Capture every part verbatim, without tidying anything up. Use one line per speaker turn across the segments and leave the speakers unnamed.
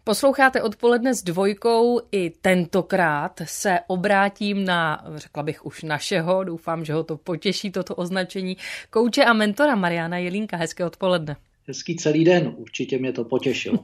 Posloucháte Odpoledne s Dvojkou. I tentokrát se obrátím na, řekla bych už našeho, doufám, že ho to potěší, toto označení, kouče a mentora Mariana Jelínka. Hezké odpoledne.
Hezký celý den, určitě mě to potěšilo.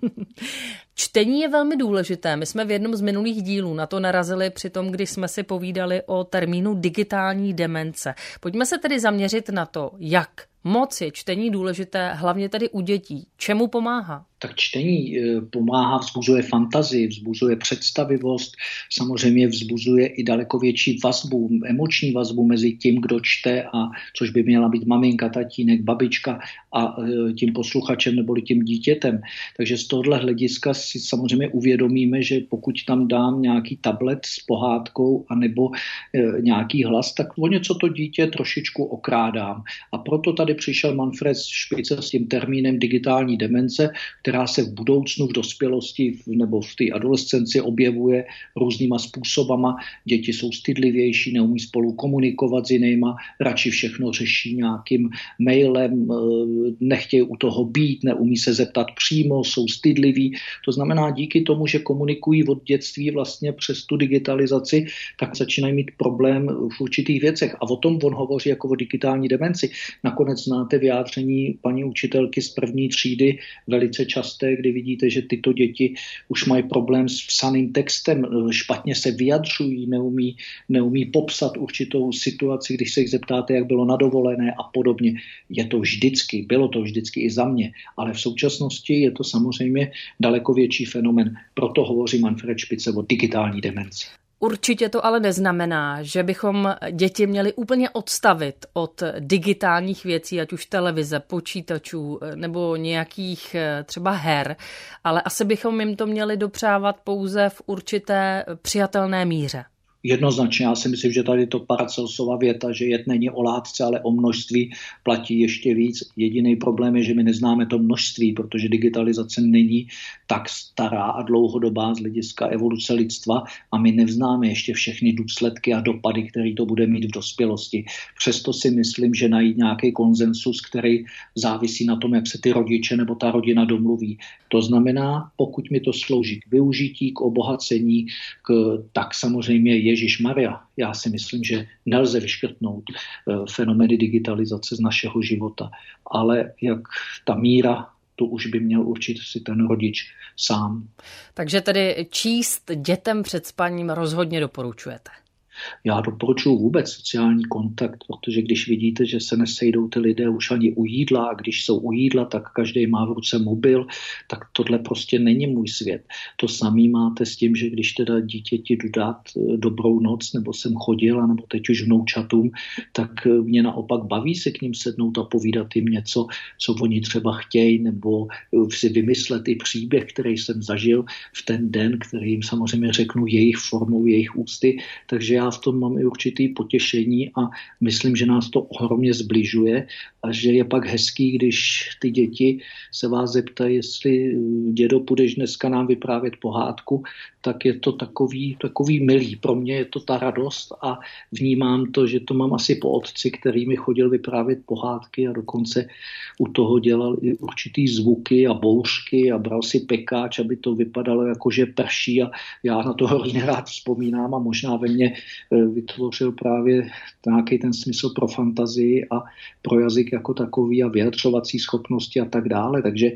Čtení je velmi důležité. My jsme v jednom z minulých dílů na to narazili při tom, když jsme si povídali o termínu digitální demence. Pojďme se tedy zaměřit na to, jak moc je čtení důležité, hlavně tedy u dětí. Čemu pomáhá?
Tak čtení pomáhá, vzbuzuje fantazii, vzbuzuje představivost, samozřejmě vzbuzuje i daleko větší vazbu, emoční vazbu mezi tím, kdo čte, a což by měla být maminka, tatínek, babička a tím posluchačem neboli tím dítětem. Takže z tohohle hlediska si samozřejmě uvědomíme, že pokud tam dám nějaký tablet s pohádkou anebo nějaký hlas, tak o něco to dítě trošičku okrádám. A proto tady přišel Manfred Spitzer s tím termínem digitální demence, která se v budoucnu, v dospělosti nebo v té adolescenci objevuje různýma způsobama. Děti jsou stydlivější, neumí spolu komunikovat s jinýma, radši všechno řeší nějakým mailem, nechtějí u toho být, neumí se zeptat přímo, jsou stydliví. To znamená, díky tomu, že komunikují od dětství vlastně přes tu digitalizaci, tak začínají mít problém v určitých věcech. A o tom on hovoří jako o digitální demenci. Nakonec znáte vyjádření paní učitelky z první třídy, velice časté, kdy vidíte, že tyto děti už mají problém s psaným textem, špatně se vyjadřují, neumí, neumí popsat určitou situaci, když se jich zeptáte, jak bylo na dovolené a podobně. Je to vždycky, bylo to vždycky i za mě, ale v současnosti je to samozřejmě daleko větší fenomén. Proto hovoří Manfred Spitzer o digitální demenci.
Určitě to ale neznamená, že bychom děti měli úplně odstavit od digitálních věcí, ať už televize, počítačů nebo nějakých třeba her, ale asi bychom jim to měli dopřávat pouze v určité přijatelné míře.
Jednoznačně, já si myslím, že tady to Paracelsova věta, že jet není o látce, ale o množství, platí ještě víc. Jediný problém je, že my neznáme to množství, protože digitalizace není tak stará a dlouhodobá z hlediska evoluce lidstva a my neznáme ještě všechny důsledky a dopady, které to bude mít v dospělosti. Přesto si myslím, že najít nějaký konsensus, který závisí na tom, jak se ty rodiče nebo ta rodina domluví. To znamená, pokud mi to slouží k využití, k obohacení, k, tak samozřejmě Ježišmarja, já si myslím, že nelze vyškrtnout fenomény digitalizace z našeho života, ale jak ta míra, to už by měl určit si ten rodič sám.
Takže tedy číst dětem před spaním rozhodně doporučujete?
Já doporučuji vůbec sociální kontakt, protože když vidíte, že se nesejdou ty lidé už ani u jídla, a když jsou u jídla, tak každý má v ruce mobil, tak tohle prostě není můj svět. To samý máte s tím, že když teda dítěti jdu dát dobrou noc, nebo jsem chodila, nebo teď už vnoučatům, tak mě naopak baví se k ním sednout a povídat jim něco, co oni třeba chtějí, nebo si vymyslet i příběh, který jsem zažil v ten den, který jim samozřejmě řeknu jejich formou, jejich ústy, takže já v tom mám i určitý potěšení a myslím, že nás to ohromně zbližuje a že je pak hezký, když ty děti se vás zeptají, jestli dědo, půjdeš dneska nám vyprávět pohádku, tak je to takový, takový milý. Pro mě je to ta radost a vnímám to, že to mám asi po otci, který mi chodil vyprávět pohádky a dokonce u toho dělal i určitý zvuky a bouřky a bral si pekáč, aby to vypadalo jako, že prší, a já na to hrozně rád vzpomínám a možná ve mně vytvořil právě nějaký ten smysl pro fantazii a pro jazyk jako takový a vyjadřovací schopnosti a tak dále. Takže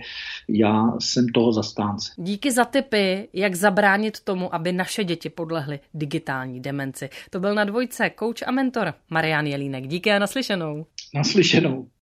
já jsem toho zastánce.
Díky za tipy, jak zabránit tomu, aby naše děti podlehly digitální demenci. To byl na Dvojce kouč a mentor Marian Jelínek. Díky a naslyšenou.
Naslyšenou.